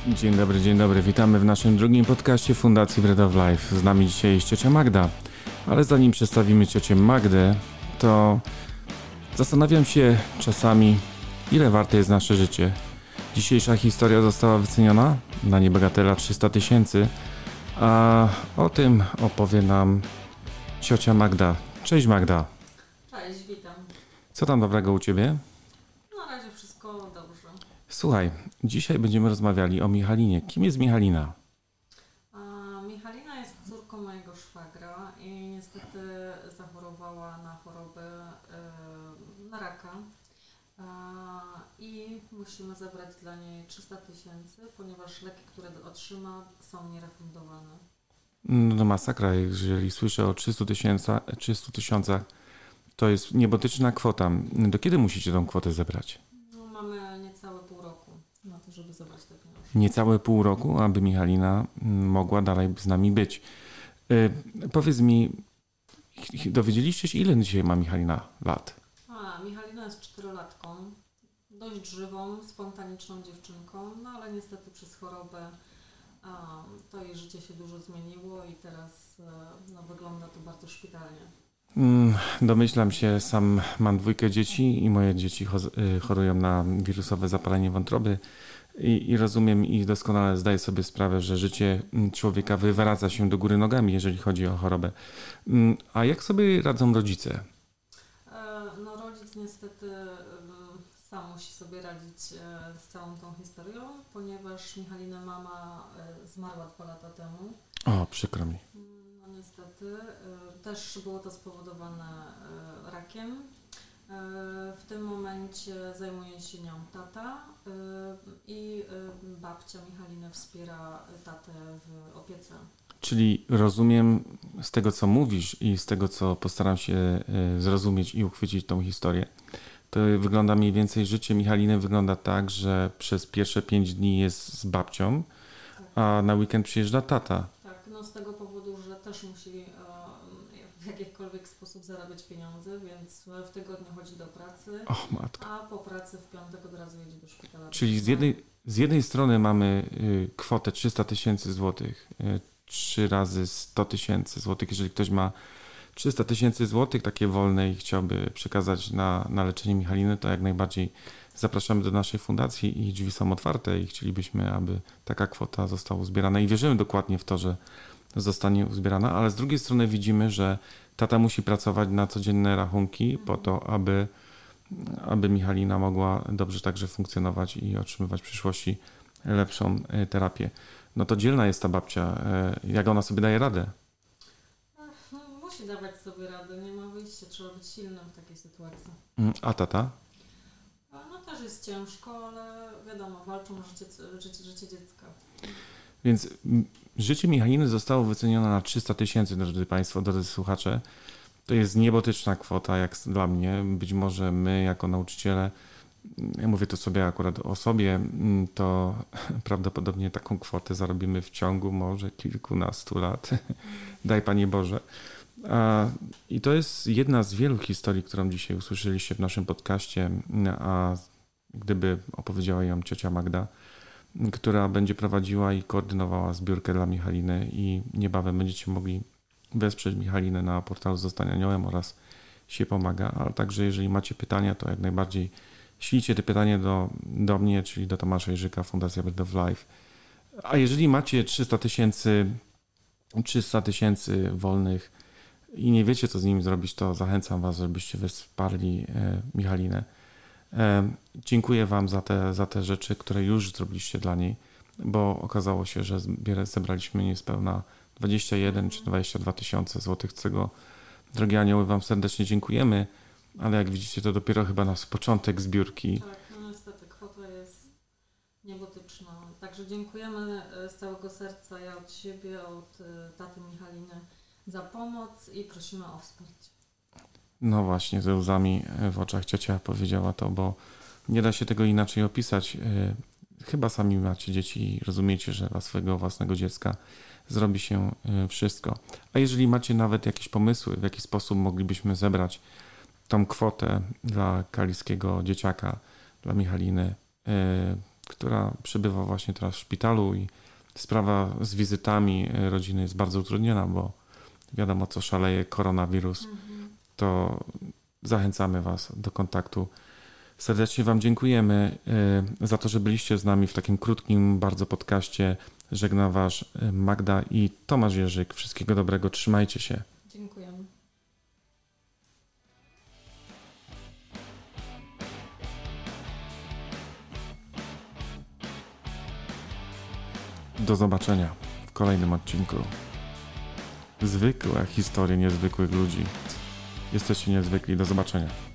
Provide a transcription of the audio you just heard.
Dzień dobry. Witamy w naszym drugim podcaście Fundacji Bread of Life. Z nami dzisiaj jest ciocia Magda. Ale zanim przedstawimy ciocię Magdę, to zastanawiam się czasami, ile warte jest nasze życie. Dzisiejsza historia została wyceniona na niebagatela 300 000, a o tym opowie nam ciocia Magda. Cześć Magda. Cześć, witam. Co tam dobrego u Ciebie? Na razie wszystko dobrze. Słuchaj, dzisiaj będziemy rozmawiali o Michalinie. Kim jest Michalina? Michalina jest córką mojego szwagra i niestety zachorowała na chorobę, na raka. I musimy zebrać dla niej 300 000, ponieważ leki, które otrzyma, są nierefundowane. No masakra, jeżeli słyszę o 300 000, to jest niebotyczna kwota. Do kiedy musicie tą kwotę zebrać? No, mamy niecałe pół roku na to, żeby zebrać te pieniądze. Niecałe pół roku, aby Michalina mogła dalej z nami być. Powiedz mi, dowiedzieliście się, ile dzisiaj ma Michalina lat? Michalina jest 4-latką, dość żywą, spontaniczną dziewczynką, no ale niestety przez chorobę to jej życie się dużo zmieniło i teraz wygląda to bardzo szpitalnie. Domyślam się, sam mam 2 dzieci i moje dzieci chorują na wirusowe zapalenie wątroby i rozumiem i doskonale zdaję sobie sprawę, że życie człowieka wywraca się do góry nogami, jeżeli chodzi o chorobę. A jak sobie radzą rodzice? No rodzic niestety sam musi sobie radzić z całą tą historią, ponieważ Michalina mama zmarła 2 lata temu. O, przykro mi. No niestety. Też było to spowodowane rakiem. W tym momencie zajmuje się nią tata i babcia Michaliny wspiera tatę w opiece. Czyli rozumiem z tego, co mówisz i z tego, co postaram się zrozumieć i uchwycić tą historię, to wygląda mniej więcej, życie Michaliny wygląda tak, że przez pierwsze 5 dni jest z babcią, a na weekend przyjeżdża tata. Tak, no z tego powodu, że też musi w jakikolwiek sposób zarabiać pieniądze, więc w tygodniu chodzi do pracy, a po pracy w piątek od razu jedzie do szpitala. Czyli z jednej strony mamy kwotę 300 000 złotych, 3 razy 100 000 złotych. Jeżeli ktoś ma 300 000 złotych takie wolne i chciałby przekazać na leczenie Michaliny, to jak najbardziej zapraszamy do naszej fundacji i drzwi są otwarte i chcielibyśmy, aby taka kwota została uzbierana i wierzymy dokładnie w to, że zostanie uzbierana, ale z drugiej strony widzimy, że tata musi pracować na codzienne rachunki po to, aby Michalina mogła dobrze także funkcjonować i otrzymywać w przyszłości lepszą terapię. No to dzielna jest ta babcia. Jak ona sobie daje radę? No, musi dawać sobie radę, nie ma wyjścia, trzeba być silnym w takiej sytuacji. A tata? No też jest ciężko, ale wiadomo, walczą o życie dziecka. Więc życie Michaliny zostało wycenione na 300 000, drodzy Państwo, drodzy słuchacze. To jest niebotyczna kwota, jak dla mnie. Być może my, jako nauczyciele, ja mówię to sobie akurat o sobie, to prawdopodobnie taką kwotę zarobimy w ciągu może kilkunastu lat. Daj Panie Boże. I to jest jedna z wielu historii, którą dzisiaj usłyszeliście w naszym podcaście, a gdyby opowiedziała ją ciocia Magda, która będzie prowadziła i koordynowała zbiórkę dla Michaliny i niebawem będziecie mogli wesprzeć Michalinę na portalu Zostań Aniołem oraz się pomaga, ale także jeżeli macie pytania, to jak najbardziej ślijcie te pytania do mnie, czyli do Tomasza Jerzyka, Fundacja Bread of Life. A jeżeli macie 300 000 wolnych i nie wiecie, co z nimi zrobić, to zachęcam Was, żebyście wsparli Michalinę. Dziękuję Wam za te rzeczy, które już zrobiliście dla niej, bo okazało się, że zebraliśmy niespełna 21 czy 22 000 złotych, z czego, drogie anioły, Wam serdecznie dziękujemy, ale jak widzicie, to dopiero chyba nasz początek zbiórki. Tak, no niestety kwota jest niebotyczna. Także dziękujemy z całego serca, ja od siebie, od taty Michaliny za pomoc i prosimy o wsparcie. No właśnie, ze łzami w oczach ciocia powiedziała to, bo nie da się tego inaczej opisać. Chyba sami macie dzieci i rozumiecie, że dla swojego własnego dziecka zrobi się wszystko. A jeżeli macie nawet jakieś pomysły, w jaki sposób moglibyśmy zebrać tą kwotę dla kaliskiego dzieciaka, dla Michaliny, która przebywa właśnie teraz w szpitalu i sprawa z wizytami rodziny jest bardzo utrudniona, bo wiadomo, co szaleje, koronawirus, to zachęcamy Was do kontaktu. Serdecznie Wam dziękujemy za to, że byliście z nami w takim krótkim bardzo podcaście. Żegna Was Magda i Tomasz Jerzyk. Wszystkiego dobrego, trzymajcie się. Dziękujemy. Do zobaczenia w kolejnym odcinku. Zwykłe historie niezwykłych ludzi. Jesteście niezwykli. Do zobaczenia.